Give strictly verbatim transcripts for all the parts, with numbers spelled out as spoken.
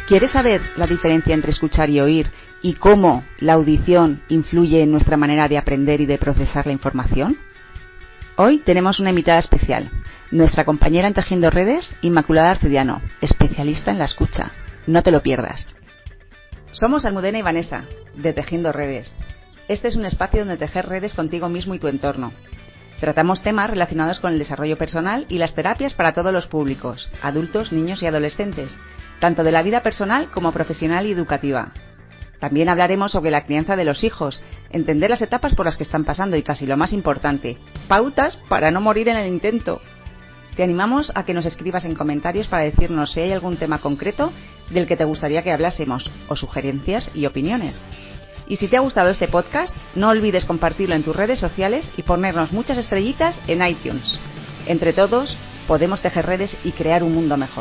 ¿Quieres saber la diferencia entre escuchar y oír y cómo la audición influye en nuestra manera de aprender y de procesar la información? Hoy tenemos una invitada especial, nuestra compañera en Tejiendo Redes, Inmaculada Arcediano, especialista en la escucha. No te lo pierdas. Somos Almudena y Vanessa, de Tejiendo Redes. Este es un espacio donde tejer redes contigo mismo y tu entorno. Tratamos temas relacionados con el desarrollo personal y las terapias para todos los públicos, adultos, niños y adolescentes, tanto de la vida personal como profesional y educativa. También hablaremos sobre la crianza de los hijos, entender las etapas por las que están pasando y, casi lo más importante, pautas para no morir en el intento. Te animamos a que nos escribas en comentarios para decirnos si hay algún tema concreto del que te gustaría que hablásemos, o sugerencias y opiniones. Y si te ha gustado este podcast, no olvides compartirlo en tus redes sociales y ponernos muchas estrellitas en iTunes. Entre todos, podemos tejer redes y crear un mundo mejor.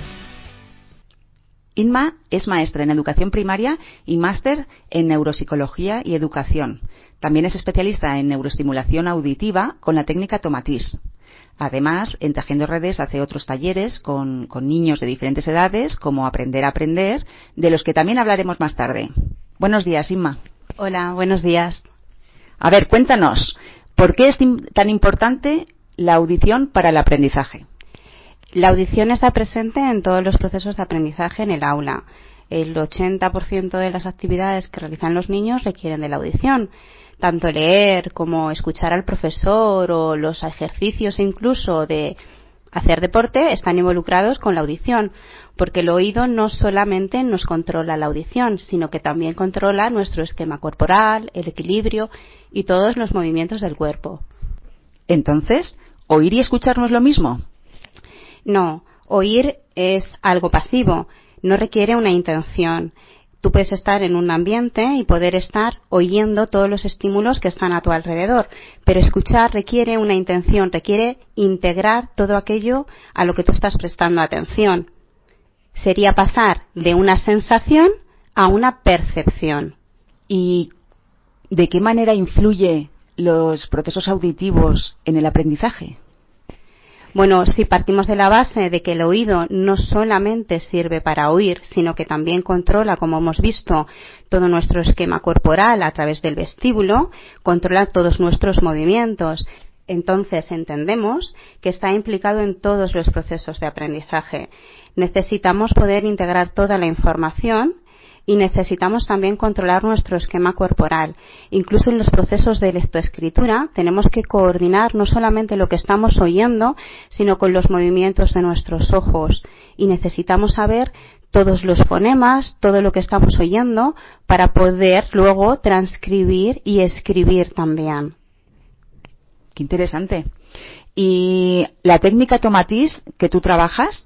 Inma es maestra en educación primaria y máster en neuropsicología y educación. También es especialista en neuroestimulación auditiva con la técnica Tomatis. Además, en Tejiendo Redes hace otros talleres con, con niños de diferentes edades, como Aprender a Aprender, de los que también hablaremos más tarde. Buenos días, Inma. Hola, buenos días. A ver, cuéntanos, ¿por qué es tan importante la audición para el aprendizaje? La audición está presente en todos los procesos de aprendizaje en el aula. El ochenta por ciento de las actividades que realizan los niños requieren de la audición. Tanto leer como escuchar al profesor o los ejercicios incluso de hacer deporte están involucrados con la audición, porque el oído no solamente nos controla la audición, sino que también controla nuestro esquema corporal, el equilibrio y todos los movimientos del cuerpo. Entonces, ¿oír y escuchar no es lo mismo? No, oír es algo pasivo, no requiere una intención. Tú puedes estar en un ambiente y poder estar oyendo todos los estímulos que están a tu alrededor, pero escuchar requiere una intención, requiere integrar todo aquello a lo que tú estás prestando atención. Sería pasar de una sensación a una percepción. ¿Y de qué manera influye los procesos auditivos en el aprendizaje? Bueno, si partimos de la base de que el oído no solamente sirve para oír, sino que también controla, como hemos visto, todo nuestro esquema corporal a través del vestíbulo, controla todos nuestros movimientos. Entonces entendemos que está implicado en todos los procesos de aprendizaje. Necesitamos poder integrar toda la información y necesitamos también controlar nuestro esquema corporal. Incluso en los procesos de lectoescritura tenemos que coordinar no solamente lo que estamos oyendo, sino con los movimientos de nuestros ojos. Y necesitamos saber todos los fonemas, todo lo que estamos oyendo, para poder luego transcribir y escribir también. Qué interesante. Y la técnica Tomatis que tú trabajas,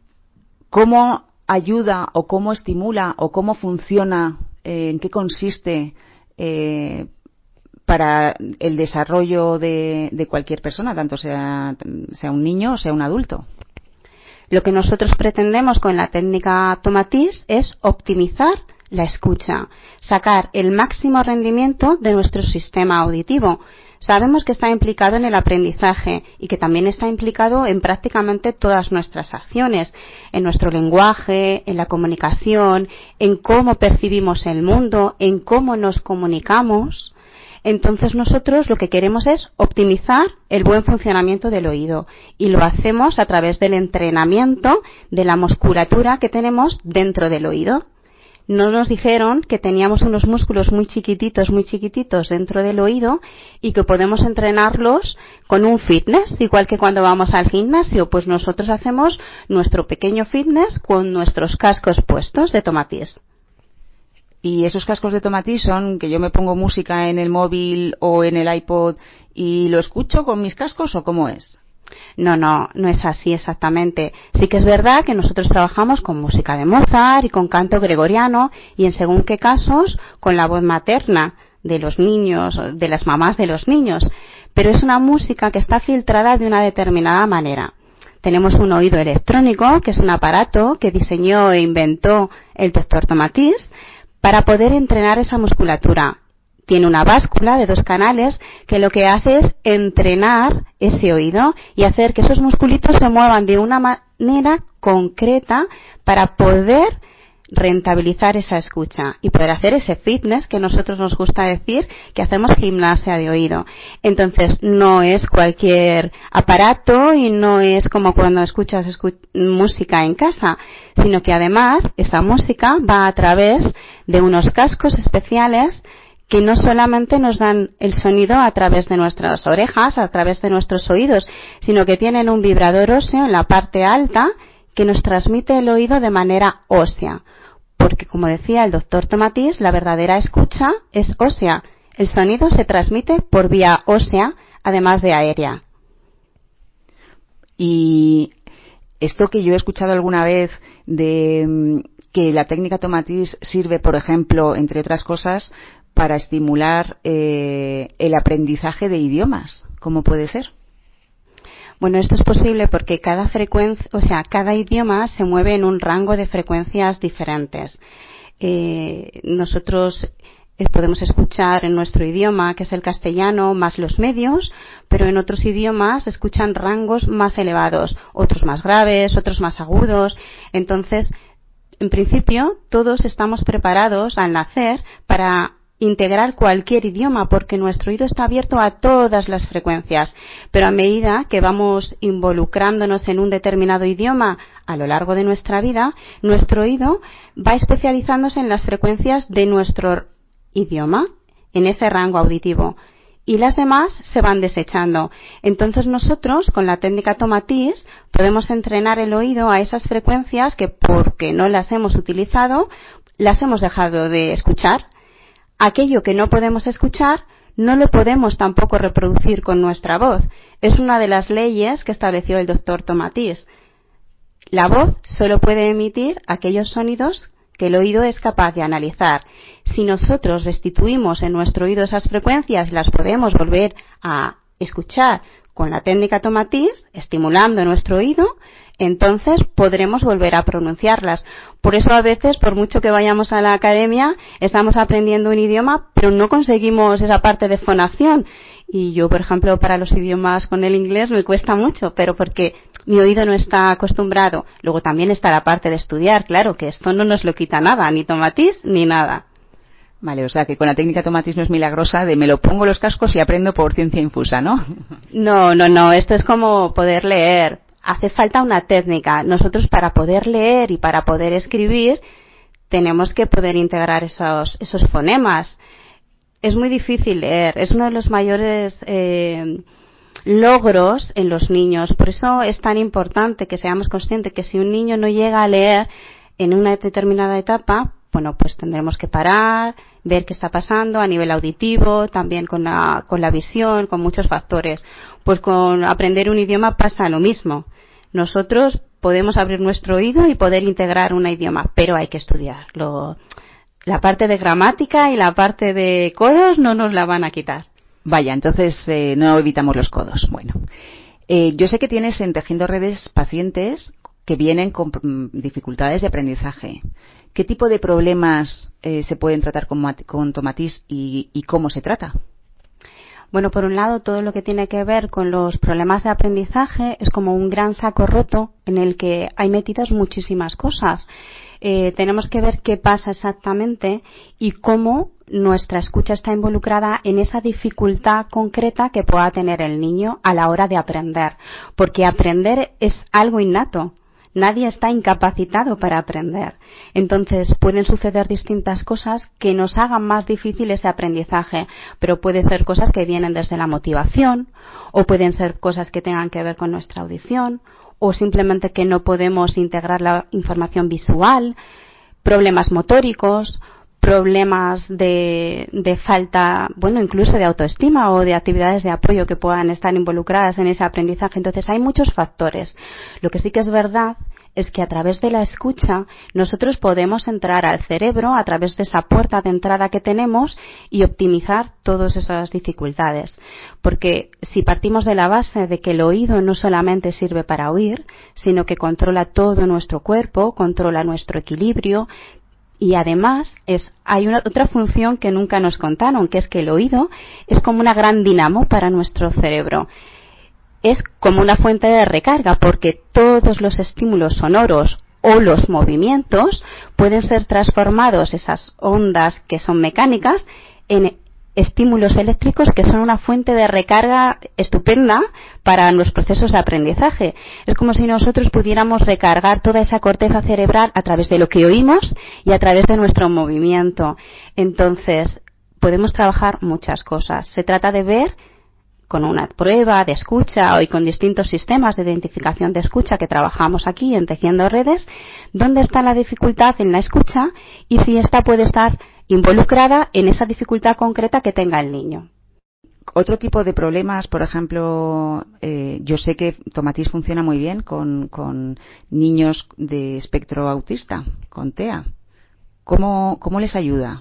¿cómo ayuda o cómo estimula o cómo funciona, eh, en qué consiste eh, para el desarrollo de, de cualquier persona, tanto sea, sea un niño o sea un adulto? Lo que nosotros pretendemos con la técnica Tomatis es optimizar la escucha, sacar el máximo rendimiento de nuestro sistema auditivo. Sabemos que está implicado en el aprendizaje y que también está implicado en prácticamente todas nuestras acciones, en nuestro lenguaje, en la comunicación, en cómo percibimos el mundo, en cómo nos comunicamos. Entonces nosotros lo que queremos es optimizar el buen funcionamiento del oído y lo hacemos a través del entrenamiento de la musculatura que tenemos dentro del oído. No nos dijeron que teníamos unos músculos muy chiquititos, muy chiquititos dentro del oído y que podemos entrenarlos con un fitness, igual que cuando vamos al gimnasio, pues nosotros hacemos nuestro pequeño fitness con nuestros cascos puestos de Tomatis. ¿Y esos cascos de Tomatis son que yo me pongo música en el móvil o en el iPod y lo escucho con mis cascos o cómo es? No, no, no es así exactamente. Sí que es verdad que nosotros trabajamos con música de Mozart y con canto gregoriano y en según qué casos con la voz materna de los niños, de las mamás de los niños, pero es una música que está filtrada de una determinada manera. Tenemos un oído electrónico, que es un aparato que diseñó e inventó el doctor Tomatis para poder entrenar esa musculatura. Tiene una báscula de dos canales que lo que hace es entrenar ese oído y hacer que esos musculitos se muevan de una manera concreta para poder rentabilizar esa escucha y poder hacer ese fitness que nosotros nos gusta decir que hacemos gimnasia de oído. Entonces no es cualquier aparato y no es como cuando escuchas escu- música en casa, sino que además esa música va a través de unos cascos especiales que no solamente nos dan el sonido a través de nuestras orejas, a través de nuestros oídos, sino que tienen un vibrador óseo en la parte alta que nos transmite el oído de manera ósea. Porque, como decía el doctor Tomatís, la verdadera escucha es ósea. El sonido se transmite por vía ósea, además de aérea. Y esto que yo he escuchado alguna vez de que la técnica Tomatís sirve, por ejemplo, entre otras cosas, para estimular eh, el aprendizaje de idiomas. ¿Cómo puede ser? Bueno, esto es posible porque cada frecuencia, o sea, cada idioma se mueve en un rango de frecuencias diferentes. Eh, nosotros eh, podemos escuchar en nuestro idioma, que es el castellano, más los medios, pero en otros idiomas se escuchan rangos más elevados, otros más graves, otros más agudos. Entonces, en principio, todos estamos preparados al nacer para integrar cualquier idioma porque nuestro oído está abierto a todas las frecuencias, pero a medida que vamos involucrándonos en un determinado idioma a lo largo de nuestra vida, nuestro oído va especializándose en las frecuencias de nuestro idioma, en ese rango auditivo, y las demás se van desechando. Entonces nosotros, con la técnica Tomatís, podemos entrenar el oído a esas frecuencias que, porque no las hemos utilizado, las hemos dejado de escuchar. Aquello que no podemos escuchar, no lo podemos tampoco reproducir con nuestra voz. Es una de las leyes que estableció el doctor Tomatís. La voz solo puede emitir aquellos sonidos que el oído es capaz de analizar. Si nosotros restituimos en nuestro oído esas frecuencias y las podemos volver a escuchar con la técnica Tomatís, estimulando nuestro oído, entonces podremos volver a pronunciarlas. Por eso a veces, por mucho que vayamos a la academia, estamos aprendiendo un idioma, pero no conseguimos esa parte de fonación. Y yo, por ejemplo, para los idiomas con el inglés me cuesta mucho, pero porque mi oído no está acostumbrado. Luego también está la parte de estudiar, claro, que esto no nos lo quita nada, ni Tomatís ni nada. Vale, o sea que con la técnica Tomatís no es milagrosa de me lo pongo los cascos y aprendo por ciencia infusa, ¿no? No, no, no, esto es como poder leer. Hace falta una técnica. Nosotros para poder leer y para poder escribir tenemos que poder integrar esos, esos fonemas. Es muy difícil leer, es uno de los mayores eh, logros en los niños. Por eso es tan importante que seamos conscientes que si un niño no llega a leer en una determinada etapa, bueno, pues tendremos que parar, ver qué está pasando a nivel auditivo, también con la, con la visión, con muchos factores. Pues con aprender un idioma pasa lo mismo. Nosotros podemos abrir nuestro oído y poder integrar un idioma, pero hay que estudiarlo. La parte de gramática y la parte de codos no nos la van a quitar. Vaya, entonces eh, no evitamos los codos. Bueno, eh, yo sé que tienes en Tejiendo Redes pacientes que vienen con mm, dificultades de aprendizaje. ¿Qué tipo de problemas eh, se pueden tratar con, con Tomatís y, y cómo se trata? Bueno, por un lado, todo lo que tiene que ver con los problemas de aprendizaje es como un gran saco roto en el que hay metidas muchísimas cosas. Eh, tenemos que ver qué pasa exactamente y cómo nuestra escucha está involucrada en esa dificultad concreta que pueda tener el niño a la hora de aprender. Porque aprender es algo innato. Nadie está incapacitado para aprender. Entonces pueden suceder distintas cosas que nos hagan más difícil ese aprendizaje, pero pueden ser cosas que vienen desde la motivación, o pueden ser cosas que tengan que ver con nuestra audición, o simplemente que no podemos integrar la información visual, problemas motóricos, problemas de, de falta, bueno, incluso de autoestima o de actividades de apoyo que puedan estar involucradas en ese aprendizaje. Entonces hay muchos factores. Lo que sí que es verdad es que a través de la escucha nosotros podemos entrar al cerebro a través de esa puerta de entrada que tenemos y optimizar todas esas dificultades. Porque si partimos de la base de que el oído no solamente sirve para oír, sino que controla todo nuestro cuerpo, controla nuestro equilibrio, y además es, hay una otra función que nunca nos contaron, que es que el oído es como una gran dinamo para nuestro cerebro. Es como una fuente de recarga, porque todos los estímulos sonoros o los movimientos pueden ser transformados esas ondas que son mecánicas en estímulos eléctricos que son una fuente de recarga estupenda para los procesos de aprendizaje. Es como si nosotros pudiéramos recargar toda esa corteza cerebral a través de lo que oímos y a través de nuestro movimiento. Entonces, podemos trabajar muchas cosas. Se trata de ver con una prueba de escucha y con distintos sistemas de identificación de escucha que trabajamos aquí en Tejiendo Redes, dónde está la dificultad en la escucha y si ésta puede estar involucrada en esa dificultad concreta que tenga el niño. Otro tipo de problemas, por ejemplo, eh, yo sé que Tomatis funciona muy bien con, con niños de espectro autista, con T E A. ¿Cómo, cómo les ayuda?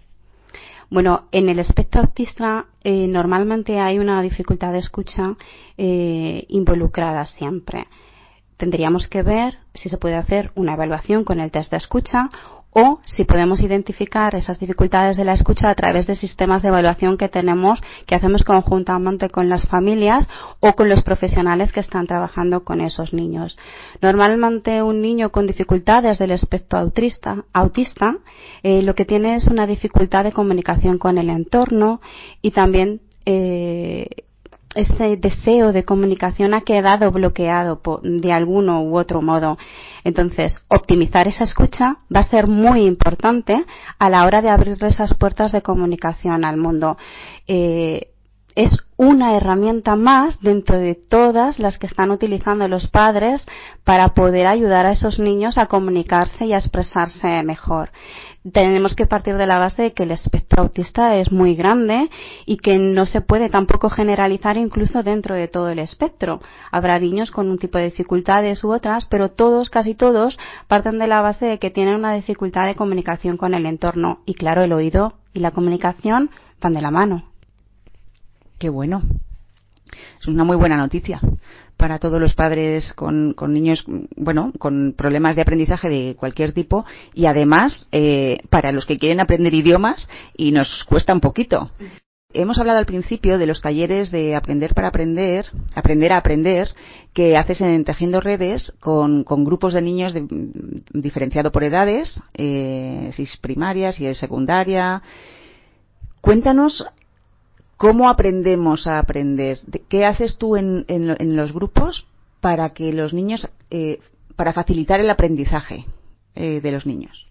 Bueno, en el espectro autista eh, normalmente hay una dificultad de escucha eh, involucrada siempre. Tendríamos que ver si se puede hacer una evaluación con el test de escucha o si podemos identificar esas dificultades de la escucha a través de sistemas de evaluación que tenemos, que hacemos conjuntamente con las familias o con los profesionales que están trabajando con esos niños. Normalmente un niño con dificultades del espectro autista, autista eh, lo que tiene es una dificultad de comunicación con el entorno y también eh, ese deseo de comunicación ha quedado bloqueado por, de alguno u otro modo. Entonces, optimizar esa escucha va a ser muy importante a la hora de abrir esas puertas de comunicación al mundo. Eh, es una herramienta más dentro de todas las que están utilizando los padres para poder ayudar a esos niños a comunicarse y a expresarse mejor. Tenemos que partir de la base de que el espectro autista es muy grande y que no se puede tampoco generalizar incluso dentro de todo el espectro. Habrá niños con un tipo de dificultades u otras, pero todos, casi todos, parten de la base de que tienen una dificultad de comunicación con el entorno. Y claro, el oído y la comunicación van de la mano. Qué bueno. Es una muy buena noticia para todos los padres con, con niños, bueno, con problemas de aprendizaje de cualquier tipo y además eh, para los que quieren aprender idiomas y nos cuesta un poquito. Hemos hablado al principio de los talleres de aprender para aprender, aprender a aprender, que haces en Tejiendo Redes con, con grupos de niños de, diferenciado por edades, eh, si es primaria, si es secundaria. Cuéntanos ¿cómo aprendemos a aprender? ¿Qué haces tú en, en, en los grupos para que los niños, eh, para facilitar el aprendizaje eh, de los niños?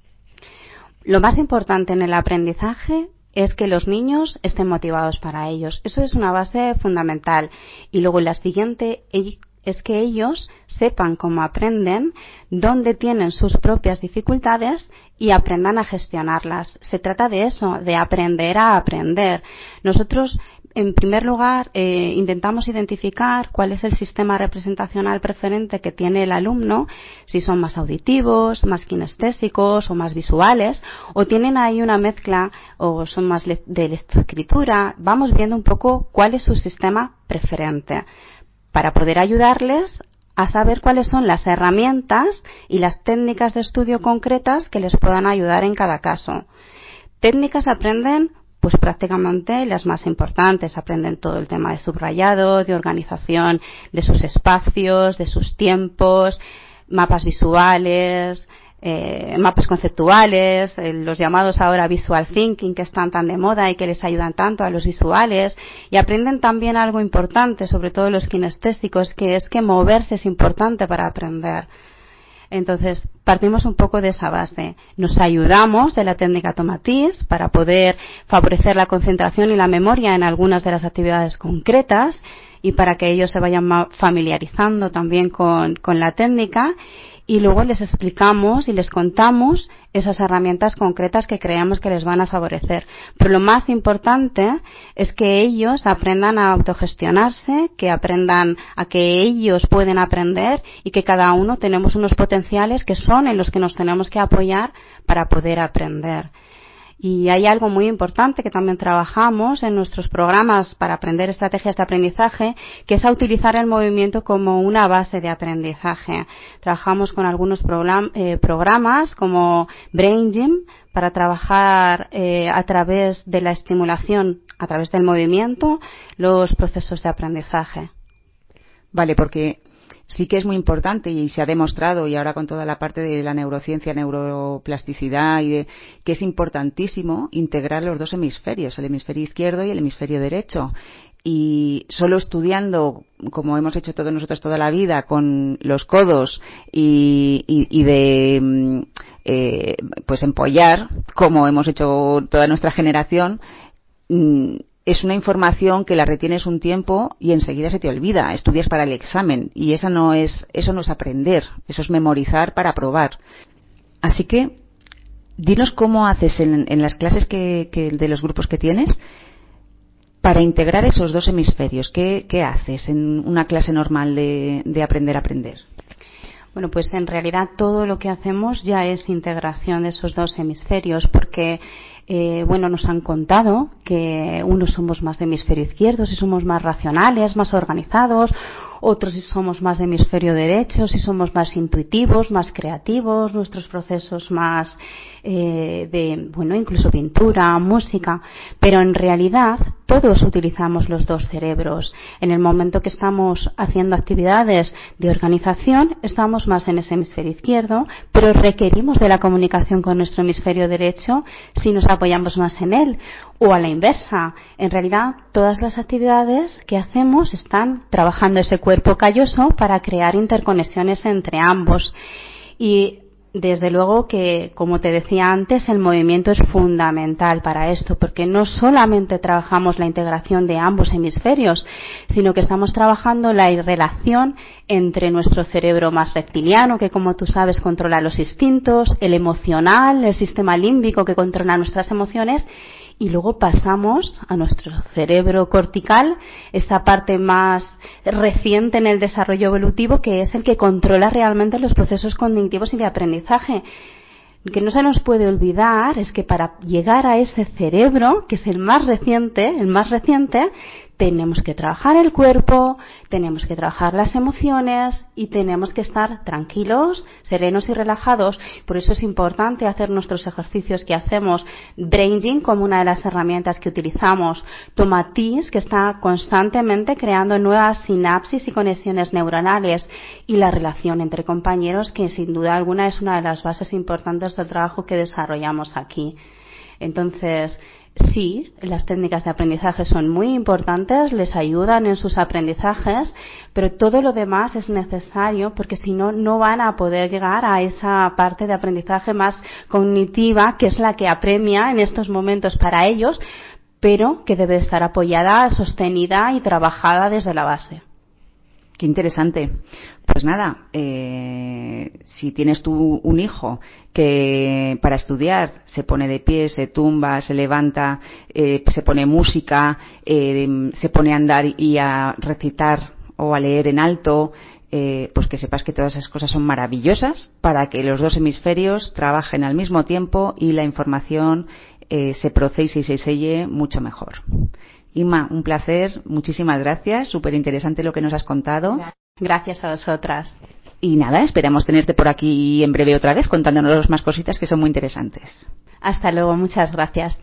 Lo más importante en el aprendizaje es que los niños estén motivados para ellos. Eso es una base fundamental. Y luego la siguiente es que ellos sepan cómo aprenden, dónde tienen sus propias dificultades y aprendan a gestionarlas. Se trata de eso, de aprender a aprender. Nosotros, en primer lugar, eh, intentamos identificar cuál es el sistema representacional preferente que tiene el alumno, si son más auditivos, más kinestésicos o más visuales, o tienen ahí una mezcla o son más le- de lectoescritura. Vamos viendo un poco cuál es su sistema preferente, para poder ayudarles a saber cuáles son las herramientas y las técnicas de estudio concretas que les puedan ayudar en cada caso. Técnicas aprenden, pues prácticamente las más importantes. Aprenden todo el tema de subrayado, de organización de sus espacios, de sus tiempos, mapas visuales, Eh, mapas conceptuales, eh, los llamados ahora visual thinking que están tan de moda y que les ayudan tanto a los visuales, y aprenden también algo importante, sobre todo los kinestésicos, que es que moverse es importante para aprender. Entonces, partimos un poco de esa base. Nos ayudamos de la técnica Tomatis para poder favorecer la concentración y la memoria en algunas de las actividades concretas y para que ellos se vayan familiarizando también con, con la técnica. Y luego les explicamos y les contamos esas herramientas concretas que creemos que les van a favorecer. Pero lo más importante es que ellos aprendan a autogestionarse, que aprendan a que ellos pueden aprender y que cada uno tenemos unos potenciales que son en los que nos tenemos que apoyar para poder aprender. Y hay algo muy importante que también trabajamos en nuestros programas para aprender estrategias de aprendizaje, que es a utilizar el movimiento como una base de aprendizaje. Trabajamos con algunos program, eh, programas como Brain Gym para trabajar eh, a través de la estimulación, a través del movimiento, los procesos de aprendizaje. Vale, porque sí que es muy importante y se ha demostrado, y ahora con toda la parte de la neurociencia, neuroplasticidad, y de, que es importantísimo integrar los dos hemisferios, el hemisferio izquierdo y el hemisferio derecho. Y solo estudiando, como hemos hecho todos nosotros toda la vida, con los codos y, y, y de eh, pues empollar, como hemos hecho toda nuestra generación, es una información que la retienes un tiempo y enseguida se te olvida, estudias para el examen, y esa no es, eso no es aprender, eso es memorizar para aprobar. Así que dinos cómo haces en, en las clases que, que de los grupos que tienes para integrar esos dos hemisferios. ¿Qué, qué haces en una clase normal de, de aprender a aprender? Bueno, pues en realidad todo lo que hacemos ya es integración de esos dos hemisferios, porque eh, bueno, nos han contado que unos somos más de hemisferio izquierdo, si somos más racionales, más organizados, otros si somos más de hemisferio derecho, si somos más intuitivos, más creativos, nuestros procesos más eh, de, bueno, incluso pintura, música, pero en realidad todos utilizamos los dos cerebros. En el momento que estamos haciendo actividades de organización, estamos más en ese hemisferio izquierdo, pero requerimos de la comunicación con nuestro hemisferio derecho si nos apoyamos más en él. O a la inversa, en realidad todas las actividades que hacemos están trabajando ese cuerpo calloso para crear interconexiones entre ambos. Y desde luego que, como te decía antes, el movimiento es fundamental para esto, porque no solamente trabajamos la integración de ambos hemisferios, sino que estamos trabajando la relación entre nuestro cerebro más reptiliano, que como tú sabes controla los instintos, el emocional, el sistema límbico que controla nuestras emociones, y luego pasamos a nuestro cerebro cortical, esa parte más reciente en el desarrollo evolutivo, que es el que controla realmente los procesos cognitivos y de aprendizaje. Lo que no se nos puede olvidar es que para llegar a ese cerebro, que es el más reciente, el más reciente, tenemos que trabajar el cuerpo, tenemos que trabajar las emociones y tenemos que estar tranquilos, serenos y relajados. Por eso es importante hacer nuestros ejercicios que hacemos, Brain Gym como una de las herramientas que utilizamos, Tomatis, que está constantemente creando nuevas sinapsis y conexiones neuronales, y la relación entre compañeros, que sin duda alguna es una de las bases importantes del trabajo que desarrollamos aquí. Entonces, sí, las técnicas de aprendizaje son muy importantes, les ayudan en sus aprendizajes, pero todo lo demás es necesario, porque si no, no van a poder llegar a esa parte de aprendizaje más cognitiva, que es la que apremia en estos momentos para ellos, pero que debe estar apoyada, sostenida y trabajada desde la base. Qué interesante. Pues nada, eh, si tienes tú un hijo que para estudiar se pone de pie, se tumba, se levanta, eh, se pone música, eh, se pone a andar y a recitar o a leer en alto, eh, pues que sepas que todas esas cosas son maravillosas para que los dos hemisferios trabajen al mismo tiempo y la información eh, se procese y se selle mucho mejor. Inma, un placer, muchísimas gracias, súper interesante lo que nos has contado. Gracias a vosotras. Y nada, esperamos tenerte por aquí en breve otra vez contándonos más cositas que son muy interesantes. Hasta luego, muchas gracias.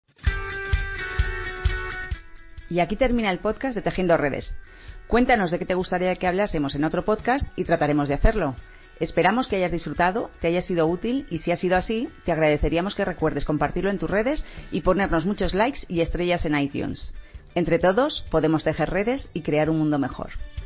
Y aquí termina el podcast de Tejiendo Redes. Cuéntanos de qué te gustaría que hablásemos en otro podcast y trataremos de hacerlo. Esperamos que hayas disfrutado, te haya sido útil, y si ha sido así, te agradeceríamos que recuerdes compartirlo en tus redes y ponernos muchos likes y estrellas en iTunes. Entre todos podemos tejer redes y crear un mundo mejor.